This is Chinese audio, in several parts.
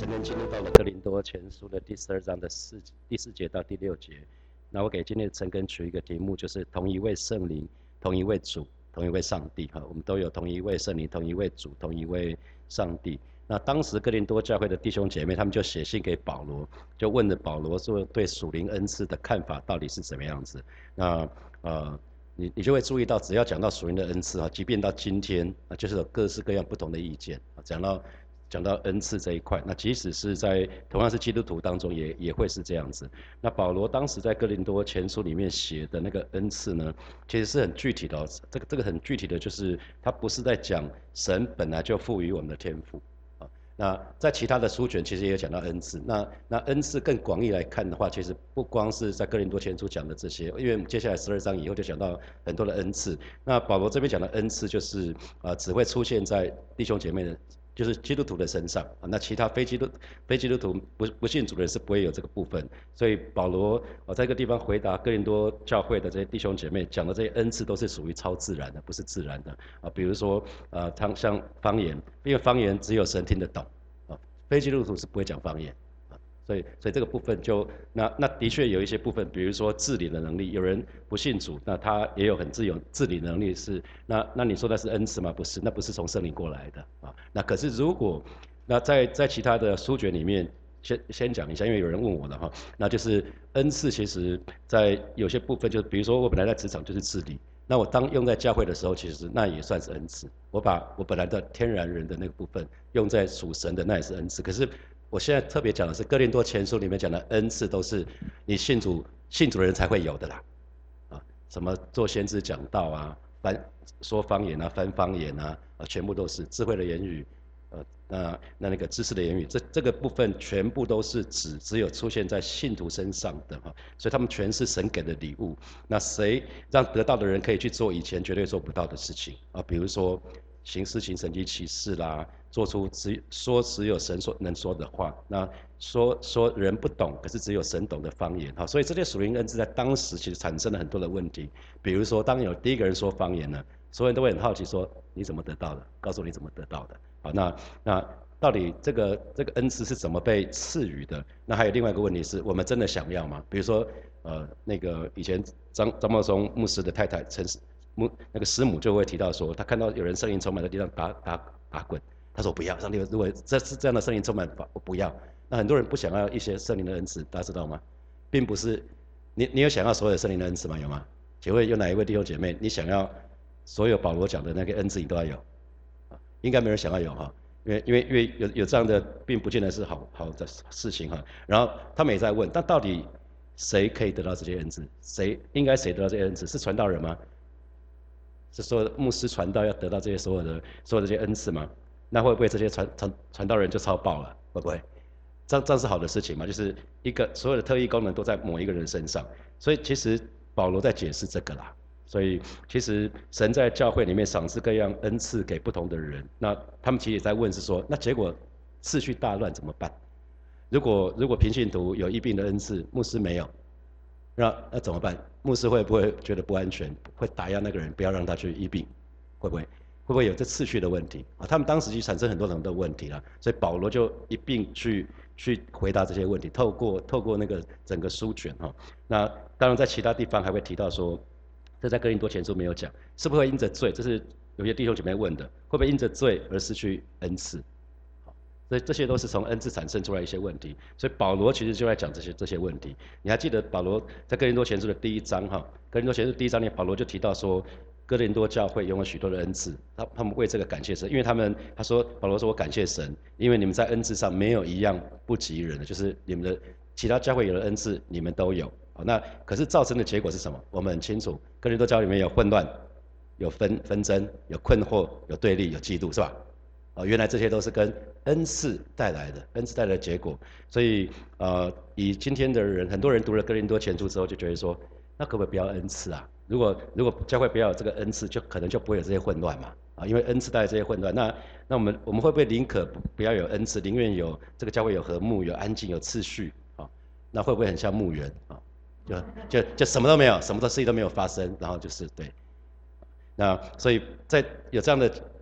陈根进入到了哥林多前书的第12章的第4节到第6节。那我给今天的陈根取一个题目，就是同一位圣灵，同一位主，同一位上帝。我们都有同一位圣灵，同一位主，同一位上帝。那当时哥林多教会的弟兄姐妹，他们就写信给保罗，就问了保罗说对属灵恩赐的看法到底是怎么样子。那你就会注意到，只要讲到属灵的恩赐即便到今天就是有各式各样不同的意见讲到恩赐这一块，那即使是在同样是基督徒当中也会是这样子。那保罗当时在哥林多前书里面写的那个恩赐呢，其实是很具体的这个很具体的，就是他不是在讲神本来就赋予我们的天赋。那在其他的书卷其实也有讲到恩赐，那恩赐更广义来看的话，其实不光是在哥林多前书讲的这些，因为接下来12章以后就讲到很多的恩赐。那保罗这边讲的恩赐就是只会出现在弟兄姐妹的，就是基督徒的身上那其他非基督徒不信主的人是不会有这个部分。所以保罗在这个地方回答哥林多教会的这些弟兄姐妹讲的这些恩赐都是属于超自然的，不是自然的比如说像方言，因为方言只有神听得懂非基督徒是不会讲方言所以这个部分就那的确有一些部分，比如说治理的能力，有人不信主，那他也有很自由治理能力是那你说的是恩赐吗？不是，那不是从圣灵过来的那可是如果那在其他的书卷里面先讲一下，因为有人问我了那就是恩赐其实在有些部分，就比如说我本来在职场就是治理，那我当用在教会的时候，其实那也算是恩赐。我把我本来的天然人的那个部分用在属神的，那也是恩赐。可是我现在特别讲的是哥林多前书里面讲的恩赐，都是你信主的人才会有的啦什么做先知讲道说方言翻方言全部都是智慧的言语那个知识的言语，这个部分全部都是只有出现在信徒身上的所以他们全是神给的礼物。那谁让得到的人可以去做以前绝对做不到的事情比如说行事情神迹奇事啦，做出只有神能说的话，那说人不懂，可是只有神懂的方言所以这些属灵恩赐在当时其实产生了很多的问题。比如说当有第一个人说方言呢，所有人都会很好奇说你怎么得到的？告诉我你怎么得到的那到底这个恩赐是怎么被赐予的？那还有另外一个问题是，我们真的想要吗？比如说，那个以前张茂松牧师的太太那个师母就会提到说，他看到有人圣灵充满在地上打滚，他说不要，上帝如果这是这样的圣灵充满，我不要。那很多人不想要一些圣灵的恩赐，大家知道吗？并不是你有想要所有的圣灵的恩赐吗？有吗？请问有哪一位弟兄姐妹，你想要所有保罗讲的那个恩赐你都要有？应该没人想要有因为有这样的，并不见得是好的事情然后他们也在问，但到底谁可以得到这些恩赐？谁得到这些恩赐？是传道人吗？是所有的牧师传道要得到这些所有的这些恩赐吗？那会不会这些传道人就超爆了？会不会？这样是好的事情吗？就是所有的特异功能都在某一个人身上，所以其实保罗在解释这个啦。所以其实神在教会里面赏赐各样恩赐给不同的人，那他们其实也在问是说，那结果次序大乱怎么办？如果平信徒有医病的恩赐，牧师没有，那怎么办？牧师会不会觉得不安全，会打压那个人，不要让他去医病？会不会有这次序的问题他们当时就产生很多很多问题了，所以保罗就一并去回答这些问题，透过那个整个书卷那当然在其他地方还会提到说，这在哥林多前书没有讲，是不是会因着罪？这是有些弟兄姐妹问的，会不会因着罪而失去恩赐？所以这些都是从恩赐产生出来一些问题，所以保罗其实就在讲这些问题。你还记得保罗在哥林多前书的第1章哥林多前书第1章里，保罗就提到说，哥林多教会拥有许多的恩赐，他们为这个感谢神，因为保罗说我感谢神，因为你们在恩赐上没有一样不及人的，就是你们的其他教会有的恩赐，你们都有。那可是造成的结果是什么？我们很清楚，哥林多教会里面有混乱，有纷争，有困惑，有对立，有嫉妒，是吧？原来这些都是跟恩赐带来的结果。所以以今天的人，很多人读了哥林多前书之后，就觉得说，那可不可以不要恩赐啊？如果教会不要有这个恩赐，就可能就不会有这些混乱嘛因为恩赐带来这些混乱。那我们会不会宁可不要有恩赐，宁愿有这个教会有和睦、有安静、有秩序那会不会很像墓园就什么都没有，什么的事情都没有发生，然后就是对。那所以在有这样的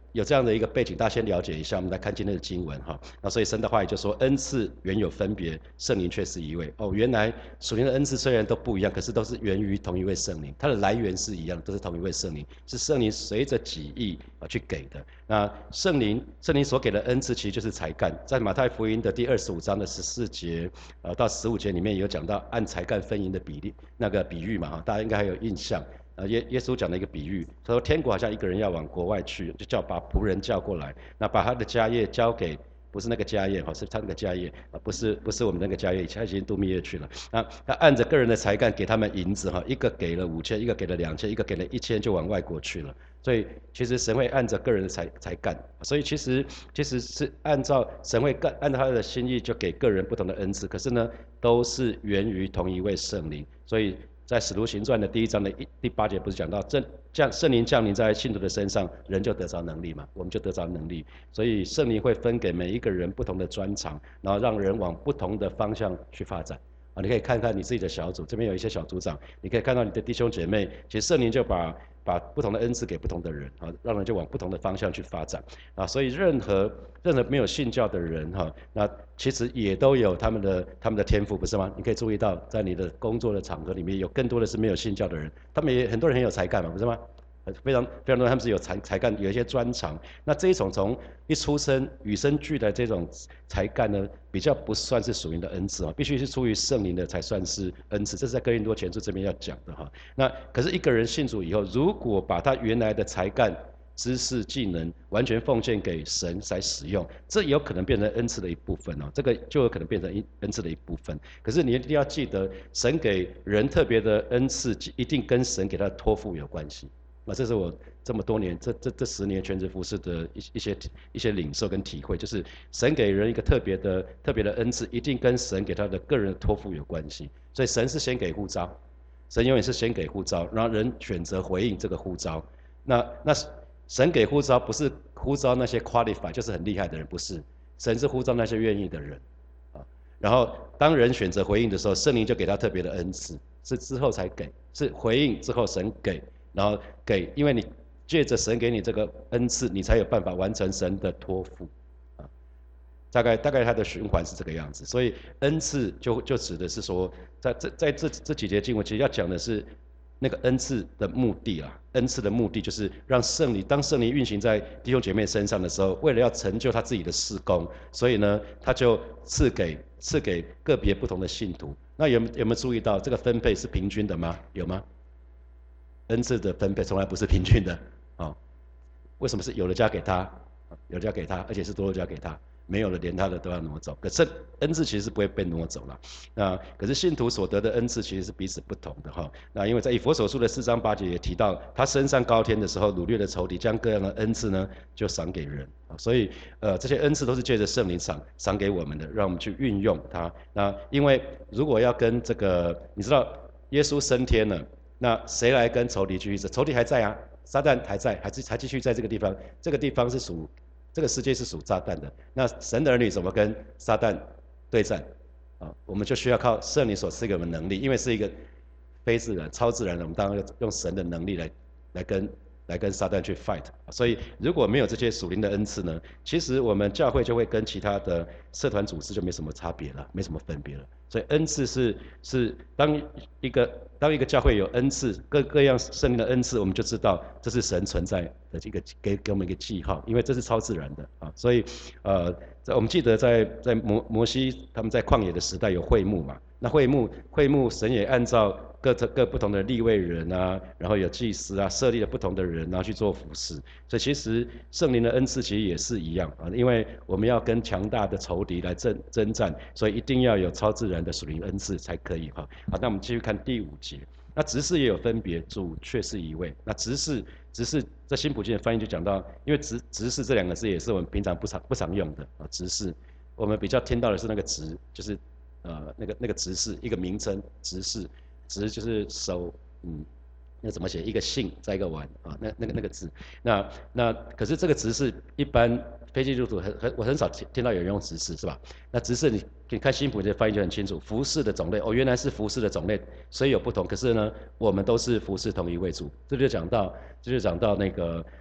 有这样的一个背景，大家先了解一下，我们来看今天的经文哈。那所以神的话语就说，恩赐原有分别，圣灵却是一位。哦，原来属灵的恩赐虽然都不一样，可是都是源于同一位圣灵，它的来源是一样，都是同一位圣灵，是圣灵随着己意去给的。那圣灵所给的恩赐其实就是才干，在马太福音的第25章的14节到15节里面有讲到按才干分银的比例那个比喻嘛哈，大家应该还有印象。耶稣讲了一个比喻，他说天国好像一个人要往国外去，就把仆人叫过来，那把他的家业交给，不是那个家业哈，是他那个家业啊，不是我们那个家业，他已经度蜜月去了。那他按着个人的才干给他们银子哈，一个给了5000，一个给了2000，一个给了1000，就往外国去了。所以其实神会按着个人的才干，所以其实是按照神会按照他的心意就给个人不同的恩赐，可是呢都是源于同一位圣灵，所以。在使徒行传的第1章的第8节不是讲到圣灵降临在信徒的身上，人就得着能力嘛，我们就得着能力。所以圣灵会分给每一个人不同的专长，然后让人往不同的方向去发展。你可以看看你自己的小组，这边有一些小组长，你可以看到你的弟兄姐妹，其实圣灵就把不同的恩赐给不同的人啊，让人就往不同的方向去发展啊。所以任何没有信教的人哈，那其实也都有他们的天赋，不是吗？你可以注意到，在你的工作的场合里面，有更多的是没有信教的人，他们也很多人很有才干嘛，不是吗？非常非常多，他们是有才干，有一些专长。那这一种从一出生与生俱来这种才干呢，比较不算是属灵的恩赐啊，必须是出于圣灵的才算是恩赐。这是在哥林多前书这边要讲的哈。那可是一个人信主以后，如果把他原来的才干、知识、技能完全奉献给神来使用，这也有可能变成恩赐的一部分哦。这个就有可能变成恩赐的一部分。可是你一定要记得，神给人特别的恩赐，一定跟神给他的托付有关系。这是我这么多年这10年全职服事的一些领受跟体会，就是神给人一个特别的恩赐，一定跟神给他的个人的托付有关系。所以神是先给呼召，神永远是先给呼召，然后人选择回应这个呼召。那神给呼召不是呼召那些 qualify 就是很厉害的人，不是，神是呼召那些愿意的人啊。然后当人选择回应的时候，圣灵就给他特别的恩赐，是之后才给，是回应之后神给。然后给，因为你借着神给你这个恩赐，你才有办法完成神的托付，啊，大概它的循环是这个样子。所以恩赐就指的是说，在这几节经文，其实要讲的是那个恩赐的目的啦。恩赐的目的就是让当圣灵运行在弟兄姐妹身上的时候，为了要成就他自己的事工，所以呢，他就赐给个别不同的信徒。那有没有注意到这个分配是平均的吗？有吗？恩赐的分配从来不是平均的，为什么是有的加给他，有的加给他，而且是多的加给他，没有的连他的都要挪走？可是恩赐其实是不会被挪走了，可是信徒所得的恩赐其实是彼此不同的哈。那因为在以弗所书的4章8节也提到，他升上高天的时候，掳掠的仇敌将各样的恩赐呢就赏给人，所以这些恩赐都是借着圣灵赏给我们的，让我们去运用它。那因为如果要跟这个，你知道耶稣升天了。那谁来跟仇敌继续争？仇敌还在啊，撒旦还在，还继续在这个地方。这个地方是这个世界是属撒旦的。那神的儿女怎么跟撒旦对战？我们就需要靠圣灵所赐给我们能力，因为是一个非自然、超自然的，我们当然要用神的能力来跟撒旦去 fight。所以如果没有这些属灵的恩赐呢，其实我们教会就会跟其他的社团组织就没什么差别了，没什么分别了。所以恩赐是当一个教会有恩赐，各样圣灵的恩赐，我们就知道这是神存在的这个给我们一个记号，因为这是超自然的啊。所以我们记得在摩西他们在旷野的时代有会幕嘛，那会幕神也按照各不同的利未人啊，然后有祭司啊，设立了不同的人，然后去做服事。所以其实圣灵的恩赐其实也是一样啊，因为我们要跟强大的仇敌来征战，所以一定要有超自然的属灵恩赐才可以哈。好，那我们继续看第5节。那执事也有分别，主却是一位。那执事在新普京的翻译就讲到，因为执事这2个字也是我们平常不常用的啊。执事，我们比较听到的是那个执，就是那个执事一个名称，执事。执就是手，那怎么写？一个姓再一个完啊，那个字。那可是这个执事一般非基督徒我很少听到有人用执事是吧？那执事你看新普的翻译就很清楚，服事的种类原来是服事的种类，所以有不同。可是呢，我们都是服事同一位主。这就讲到那个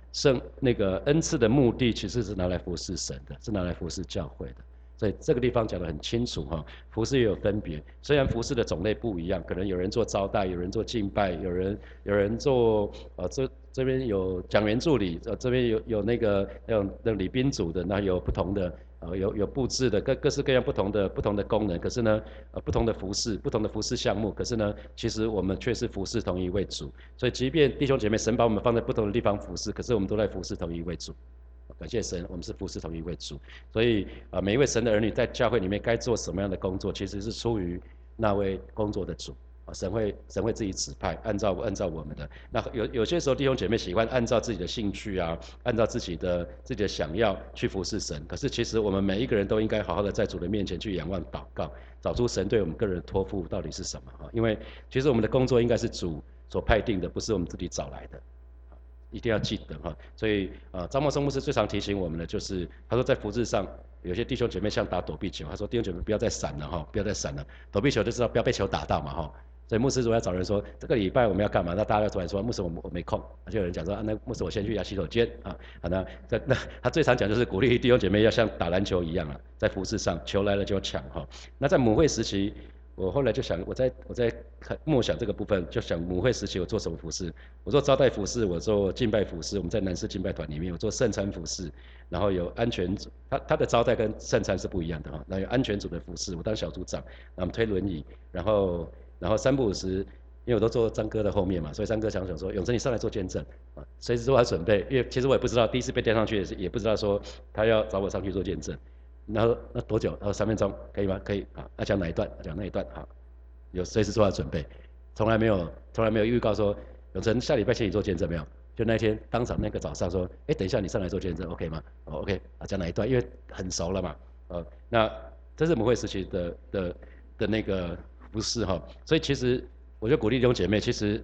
那个恩赐的目的其实是拿来服侍神的，是拿来服侍教会的。所以这个地方讲得很清楚哈，服侍也有分别。虽然服侍的种类不一样，可能有人做招待，有人做敬拜，有人做这边有讲员助理，这边有那个那礼宾组的，那有不同的有布置的各式各样不同的功能。可是呢，不同的服侍项目，可是呢，其实我们却是服侍同一位主。所以即便弟兄姐妹，神把我们放在不同的地方服侍，可是我们都在服侍同一位主。感谢神，我们是服侍同一位主。所以每一位神的儿女在教会里面该做什么样的工作，其实是出于那位工作的主。神会自己指派，按照我们的。那有些时候弟兄姐妹喜欢按照自己的兴趣啊，按照自己的想要去服侍神。可是其实我们每一个人都应该好好的在主的面前去仰望祷告，找出神对我们个人的托付到底是什么啊？因为其实我们的工作应该是主所派定的，不是我们自己找来的。一定要记得哈，所以张茂生牧师最常提醒我们的就是，他说在服事上，有些弟兄姐妹像打躲避球，他说弟兄姐妹不要再闪了哈，不要再闪了，躲避球就知道不要被球打到嘛哈。所以牧师如果要找人说这个礼拜我们要干嘛，那大家要突然说牧师我没空，就有人讲说那牧师我先去一下洗手间啊，好那他最常讲就是鼓励弟兄姐妹要像打篮球一样啊，在服事上球来了就抢哈。那在母会时期。我后来就想，我在默想这个部分，就想母会时期我做什么服饰？我做招待服饰，我做敬拜服饰。我们在南市敬拜团里面，我做圣餐服饰，然后有安全组，他的招待跟圣餐是不一样的哈。那有安全组的服饰，我当小组长，我们推轮椅，然后3不5时，因为我都坐张哥的后面嘛，所以张哥想说，永成你上来做见证啊，随时做好准备，因为其实我也不知道，第一次被调上去也不知道说他要找我上去做见证。然后那多久？然后3分钟可以吗？可以啊。那讲哪一段？讲那一段好，有随时做好准备，从来没有预告说永成下礼拜请你做见证没有？就那一天当场那个早上说，哎，等一下你上来做见证 ，OK 吗？OK 啊，讲哪一段？因为很熟了嘛，那这是母会时期的那个服事哈，所以其实我就鼓励弟兄姐妹，其实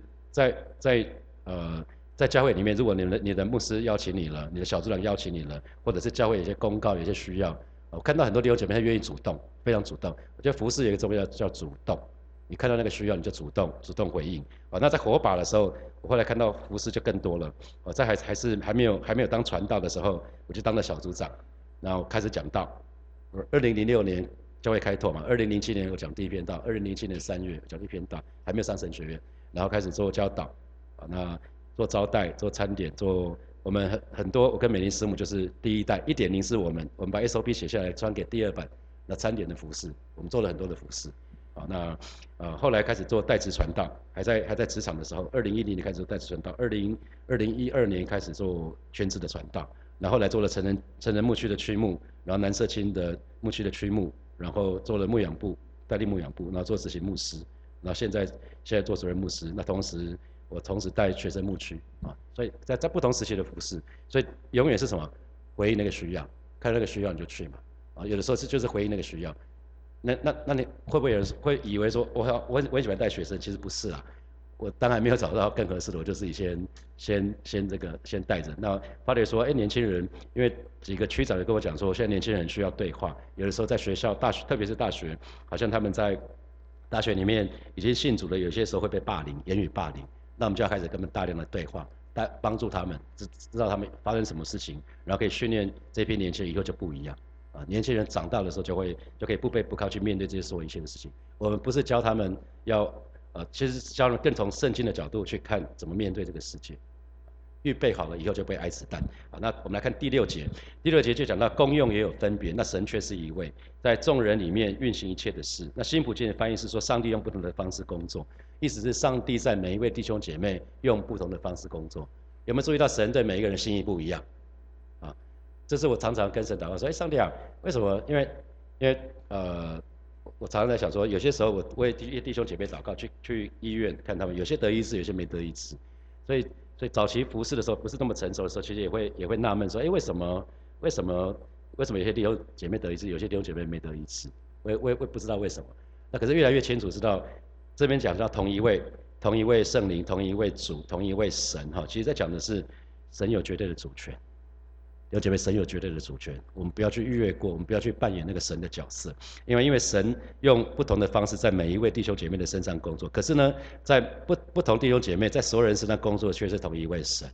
在教会里面，如果你的牧师邀请你了，你的小组长邀请你了，或者是教会有些公告、有些需要。我看到很多弟兄姐妹他愿意主动，非常主动。我觉得服侍有一个重要叫主动，你看到那个需要你就主动回应。那在火把的时候，我后来看到服侍就更多了。在还没有当传道的时候，我就当了小组长，然后开始讲道。2006年教会开拓嘛，2007年我讲第一篇道，2007年3月讲第一篇道，还没有上神学院，然后开始做教导，那做招待、做餐点、做。我们很多，我跟美玲师母就是第一代，1.0是我们把 SOP 写下来传给第2版，那餐点的服饰，我们做了很多的服饰，那后来开始做代职传道，还在职场的时候，2010年开始做代职传道，2012年开始做全职的传道，然后后来做了成人牧区的区牧，然后南社青的牧区的区牧，然后做了牧养部，代理牧养部，然后做执行牧师，然后现在做主任牧师，那同时。我同时带学生牧区所以在不同时期的服侍，所以永远是什么？回应那个需要，看那个需要你就去嘛有的时候就是回应那个需要。那你会不会有人会以为说我很喜欢带学生？其实不是啦，我当然没有找到更合适的，我就自己先带着。那发觉说，年轻人，因为几个区长也跟我讲说，现在年轻人需要对话，有的时候在学校大学，特别是大学，好像他们在大学里面已经信主了，有些时候会被霸凌，言语霸凌。那我们就要开始跟他们大量的对话，帮助他们知道他们发生什么事情，然后可以训练这批年轻人以后就不一样年轻人长大的时候就可以不卑不亢去面对这些所有一切的事情。我们不是教他们要其实是教他们更从圣经的角度去看怎么面对这个世界。预备好了以后就不会挨子弹。那我们来看第6节，第6节就讲到功用也有分别，那神却是一位，在众人里面运行一切的事。那新普京的翻译是说，上帝用不同的方式工作，意思是上帝在每一位弟兄姐妹用不同的方式工作。有没有注意到神对每一个人心意不一样？这是我常常跟神祷告说，上帝啊，为什么？因为我常常在想说，有些时候我为弟兄姐妹祷告，去医院看他们，有些得医治，有些没得医治，所以早期服侍的时候不是那么成熟的时候，其实也会纳闷说，为什么有些弟兄姐妹得医治，有些弟兄姐妹没得医治？我也不知道为什么。那可是越来越清楚知道，这边讲到同一位圣灵，同一位主，同一位神其实在讲的是神有绝对的主权。弟兄姐妹，神有绝对的主权，我们不要去越过，我们不要去扮演那个神的角色，因为神用不同的方式在每一位弟兄姐妹的身上工作。可是呢，在不同弟兄姐妹在所有人身上工作，却是同一位神。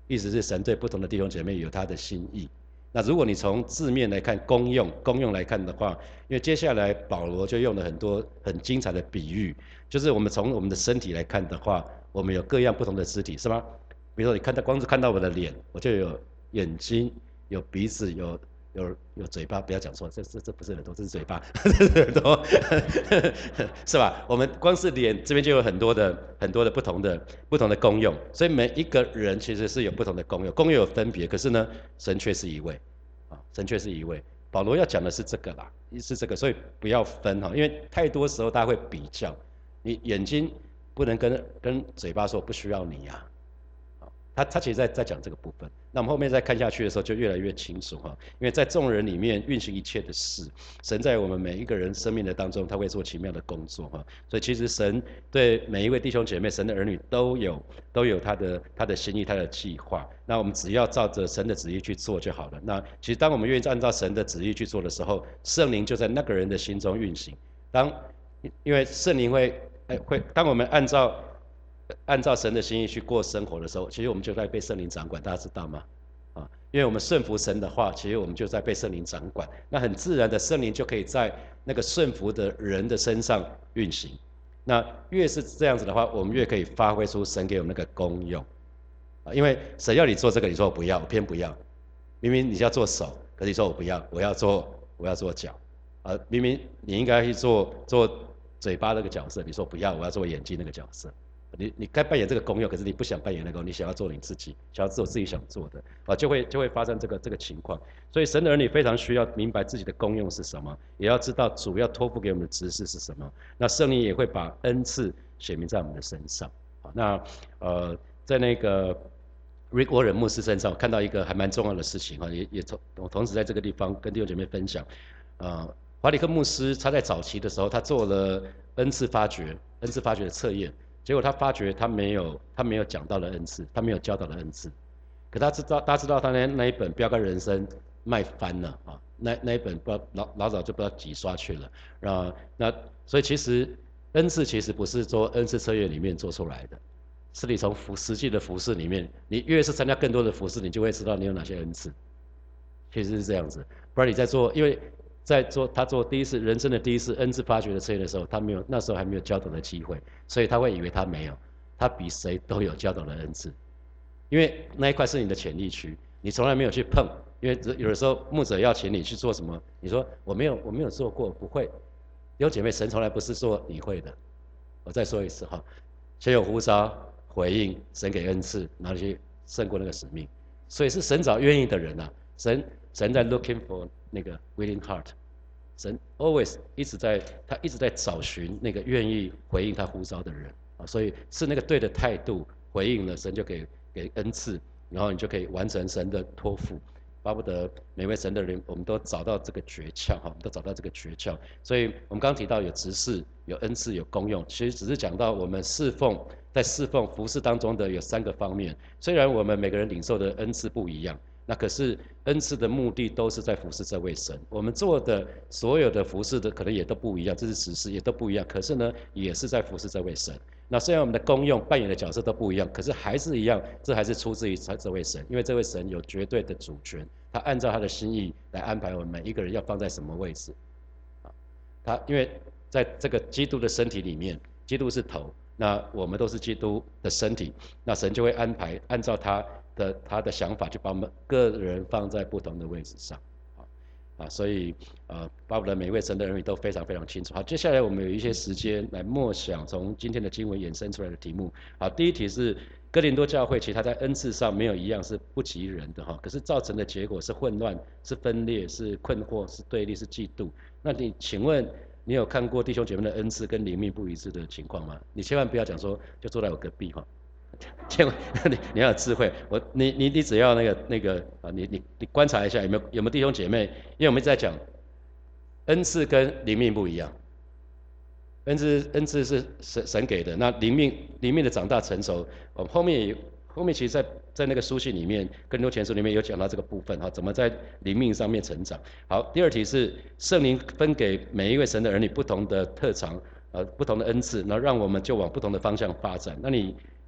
意思是神对不同的弟兄姐妹有他的心意。那如果你从字面来看功用来看的话，因为接下来保罗就用了很多很精彩的比喻，就是我们从我们的身体来看的话，我们有各样不同的肢体，是吗？比如说你看到光是看到我的脸，我就有眼睛、有鼻子、有嘴巴，不要讲错，这不是耳朵，这是嘴巴，这是耳朵，是吧？我们光是脸这边就有很多的不同的功用，所以每一个人其实是有不同的功用，功用有分别，可是呢，神却是一位，神却是一位。保罗要讲的是这个啦，是这个，所以不要分哈，因为太多时候大家会比较，你眼睛不能跟嘴巴说不需要你呀、他其实在讲这个部分。那我们后面再看下去的时候就越来越清楚哈，因为在众人里面运行一切的事，神在我们每一个人生命的当中，他会做奇妙的工作哈。所以其实神对每一位弟兄姐妹，神的儿女都有他的心意，他的计划。那我们只要照着神的旨意去做就好了。那其实当我们愿意按照神的旨意去做的时候，圣灵就在那个人的心中运行。因为圣灵当我们按照神的心意去过生活的时候，其实我们就在被圣灵掌管，大家知道吗？因为我们顺服神的话，其实我们就在被圣灵掌管。那很自然的，圣灵就可以在那个顺服的人的身上运行。那越是这样子的话，我们越可以发挥出神给我们那个功用。因为神要你做这个，你说我不要，我偏不要。明明你要做手，可是你说我不要，我要做脚。明明你应该去做嘴巴那个角色，你说不要，我要做眼睛那个角色。你该扮演这个功用，可是你不想扮演那个，你想要做你自己，想要做自己想做的，就会发生这个情况。所以神的儿女非常需要明白自己的功用是什么，也要知道主要托付给我们的职事是什么。那圣灵也会把恩赐显明在我们的身上。那在那个Rick Warren 牧师身上，我看到一个还蛮重要的事情我同时在这个地方跟弟兄姐妹分享。华里克牧师他在早期的时候，他做了恩赐发掘的测验。结果他发觉他没有讲到的恩赐，他没有教导的恩赐。可大家知道他那一本《标杆人生》卖翻了啊，那一本不知道老早就不知道几刷去了那所以其实恩赐其实不是做恩赐测验里面做出来的，是你从实际的服事里面，你越是参加更多的服事，你就会知道你有哪些恩赐。其实是这样子，不然你因为他做人生的第一次恩赐发掘的测验的时候，那时候还没有教导的机会，所以他会以为他没有，他比谁都有教导的恩赐，因为那一块是你的潜力区，你从来没有去碰。因为有的时候牧者要请你去做什么，你说我没有做过，不会。弟兄姐妹，神从来不是说你会的。我再说一次哈，先有呼召回应，神给恩赐，然后去胜过那个使命。所以是神找愿意的人啊，神在 looking for 那个 willing heart。神 always 一直在找寻那个愿意回应他呼召的人所以是那个对的态度回应了，神就给恩赐，然后你就可以完成神的托付。巴不得每位神的人，我们都找到这个诀窍我们都找到这个诀窍。所以我们刚刚提到有职事、有恩赐、有功用，其实只是讲到我们在侍奉服事当中的有3个方面。虽然我们每个人领受的恩赐不一样。那可是恩赐的目的都是在服侍这位神，我们做的所有的服侍的可能也都不一样，这是实事也都不一样。可是呢，也是在服侍这位神。那虽然我们的功用扮演的角色都不一样，可是还是一样，这还是出自于这位神，因为这位神有绝对的主权，他按照他的心意来安排我们每一个人要放在什么位置。因为在这个基督的身体里面，基督是头，那我们都是基督的身体，那神就会安排按照他的想法，就把我们个人放在不同的位置上，所以巴不得每一位神的儿女都非常非常清楚。好，接下来我们有一些时间来默想从今天的经文衍生出来的题目。好，第一题是哥林多教会，其实它在恩赐上没有一样是不及人的可是造成的结果是混乱、是分裂、是困惑、是对立、是嫉妒。那请问你有看过弟兄姐妹的恩赐跟灵命不一致的情况吗？你千万不要讲说就坐在我隔壁千万你要有智慧。你只要你观察一下有没有弟兄姐妹，因为我们一直在讲恩赐跟灵命不一样。恩赐是神给的，那灵命的长大成熟，我们后面其实在那个书信里面，哥林多前书里面有讲到这个部分怎么在灵命上面成长。好，第二题是圣灵分给每一位神的儿女不同的特长，不同的恩赐，然后让我们就往不同的方向发展。那你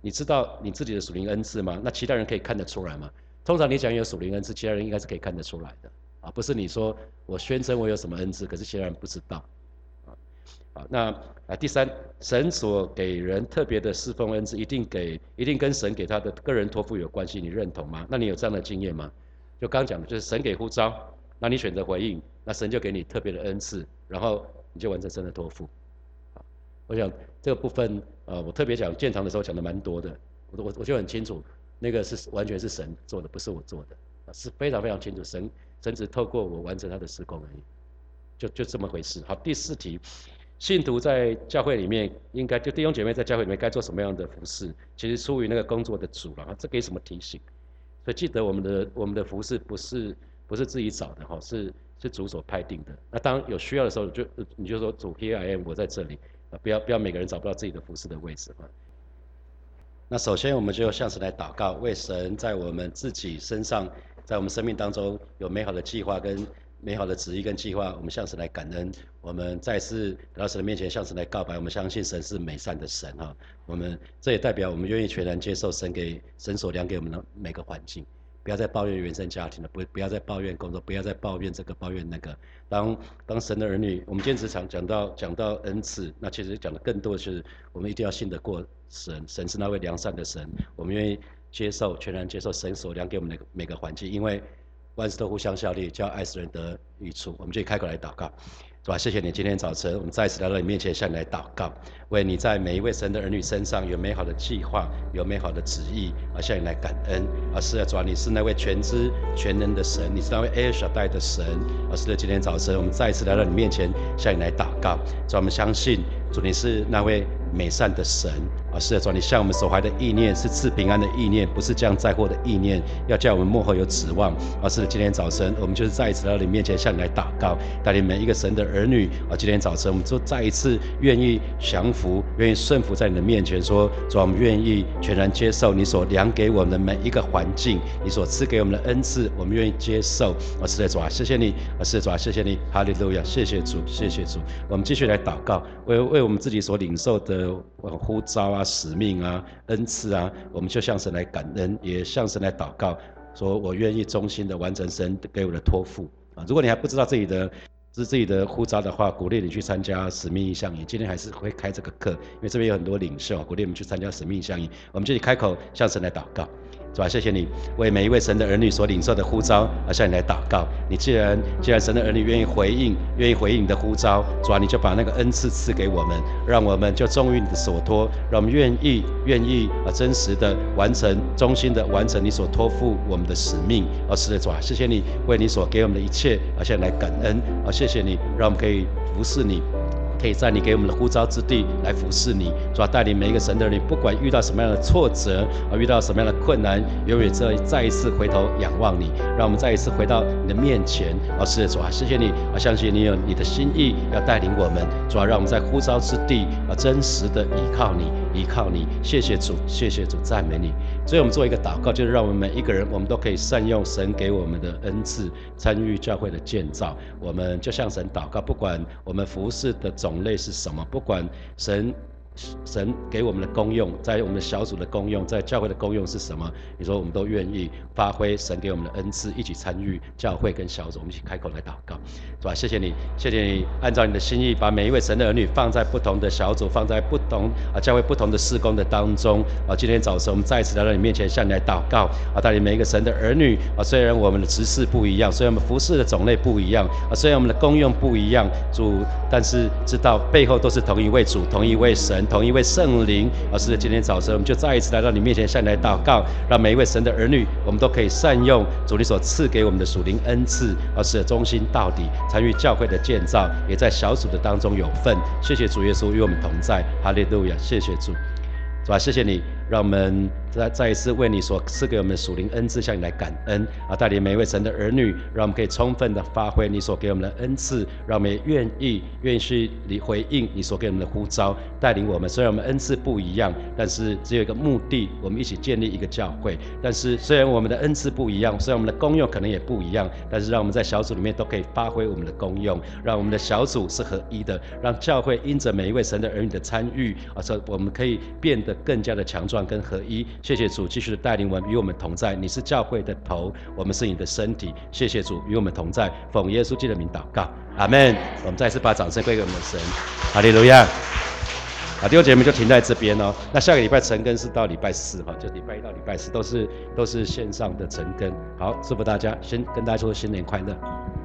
你知道你自己的属灵恩赐吗？那其他人可以看得出来吗？通常你讲有属灵恩赐，其他人应该是可以看得出来的啊，不是你说我宣称我有什么恩赐，可是其他人不知道啊。好，那第三，神所给人特别的侍奉恩赐，一定跟神给他的个人托付有关系，你认同吗？那你有这样的经验吗？就刚讲的，就是神给呼召，那你选择回应，那神就给你特别的恩赐，然后你就完成神的托付。我想这个部分，我特别讲建堂的时候讲的蛮多的，我就很清楚，那个是完全是神做的，不是我做的，是非常非常清楚，神只透过我完成他的事工而已，就这么回事。好，第四题，信徒在教会里面应该就弟兄姐妹在教会里面该做什么样的服事，其实出于那个工作的主了，这给什么提醒？所以记得我们的服事不是自己找的哈，是主所派定的。那当有需要的时候，你就说主 Here I am， 我在这里。不要每个人找不到自己的服事的位置啊。那首先我们就向神来祷告，为神在我们自己身上，在我们生命当中有美好的计划跟美好的旨意跟计划，我们向神来感恩。我们再次来到神的面前，向神来告白，我们相信神是美善的神哈。这也代表我们愿意全然接受神所量给我们的每个环境。不要再抱怨原生家庭了，不要再抱怨工作，不要再抱怨这个抱怨那个。当神的儿女，我们今天只常讲到恩赐，那其实讲的更多的是我们一定要信得过神，神是那位良善的神，我们愿意全然接受神所量给我们的每个环境，因为万事都互相效力，叫爱世人得益处。我们就开口来祷告。主啊，谢谢你今天早晨，我们再次来到你面前，向你来祷告，为你在每一位神的儿女身上有美好的计划，有美好的旨意，向你来感恩。是啊，主啊，你是那位全知全能的神，你是那位El Shaddai的神。是的，今天早晨我们再一次来到你面前，向你来祷告。主啊，我们相信主你是那位美善的神。是的，主啊，你向我们所怀的意念是赐平安的意念，不是降灾祸的意念，要叫我们幕后有指望。是的，今天早晨我们就是再一次来到你面前，向你来祷告，带领每一个神的儿女。今天早晨我们就再一次愿意降服，愿意顺服在你的面前，说主啊，我们愿意全然接受你所量给我们的每一个环境，你所赐给我们的恩赐，我们愿意接受。是的，主啊，谢谢你。是的，主啊，谢谢你，哈利路亚，谢谢主，谢谢主。我们继续来祷告，为我们自己所领受的呼召啊、使命啊、恩赐啊，我们就向神来感恩，也向神来祷告，说我愿意忠心的完成神给我的托付。如果你还不知道自己的呼召的话，鼓励你去参加使命意向营。今天还是会开这个课，因为这边有很多领袖，鼓励我们去参加使命意向营。我们就开口向神来祷告。主啊，谢谢你为每一位神的儿女所领受的呼召，向你来祷告。你既然神的儿女愿意回应你的呼召，主啊，你就把那个恩赐赐给我们，让我们就忠于你的所托，让我们愿意真实的完成，忠心的完成你所托付我们的使命。是的，主啊，谢谢你为你所给我们的一切，向你来感恩。谢谢你让我们可以服侍你，可以在你给我们的呼召之地来服侍你。主啊，带领每一个神的人，不管遇到什么样的挫折，遇到什么样的困难，永远再一次回头仰望你，让我们再一次回到你的面前。是的，主啊，谢谢你，相信你有你的心意要带领我们。主啊，让我们在呼召之地真实的依靠你。谢谢主，谢谢主，赞美你。所以我们做一个祷告，就是让我们每一个人，我们都可以善用神给我们的恩赐，参与教会的建造。我们就向神祷告，不管我们服事的种类是什么，不管神给我们的功用，在我们的小组的功用，在教会的功用是什么，你说我们都愿意发挥神给我们的恩赐，一起参与教会跟小组。我们一起开口来祷告。是吧？谢谢你按照你的心意，把每一位神的儿女放在不同的小组，放在不同教会不同的事工的当中。今天早晨我们再一次来到你面前，向你来祷告。带领每一个神的儿女。虽然我们的职事不一样，虽然我们服事的种类不一样，虽然我们的功用不一样，主，但是知道背后都是同一位主，同一位神，同一位圣灵。是的，今天早晨我们就再一次来到你面前，向你来祷告，让每一位神的儿女，我们都可以善用主你所赐给我们的属灵恩赐，是的，忠心到底，参与教会的建造，也在小组的当中有份。谢谢主耶稣与我们同在，哈利路亚，谢谢主。是吧？谢谢你，让我们再一次为你所赐给我们的属灵恩赐向你来感恩。带领每一位神的儿女，让我们可以充分的发挥你所给我们的恩赐，让我们也愿意去回应你所给我们的呼召，带领我们。虽然我们恩赐不一样，但是只有一个目的，我们一起建立一个教会。但是虽然我们的恩赐不一样，虽然我们的功用可能也不一样，但是让我们在小组里面都可以发挥我们的功用，让我们的小组是合一的，让教会因着每一位神的儿女的参与，我们可以变得更加的强壮， 望跟合一。谢谢主继续的带领我们，与我们同在。你是教会的头，我们是你的身体。谢谢主与我们同在，奉耶稣基督的名祷告，阿们。我们再次把掌声归给我们的神，哈利路亚。好，弟兄姐妹就停在这边哦。那下个礼拜晨更是到礼拜4哈，就礼拜1到礼拜4都是线上的晨更。好，祝福大家，先跟大家说新年快乐。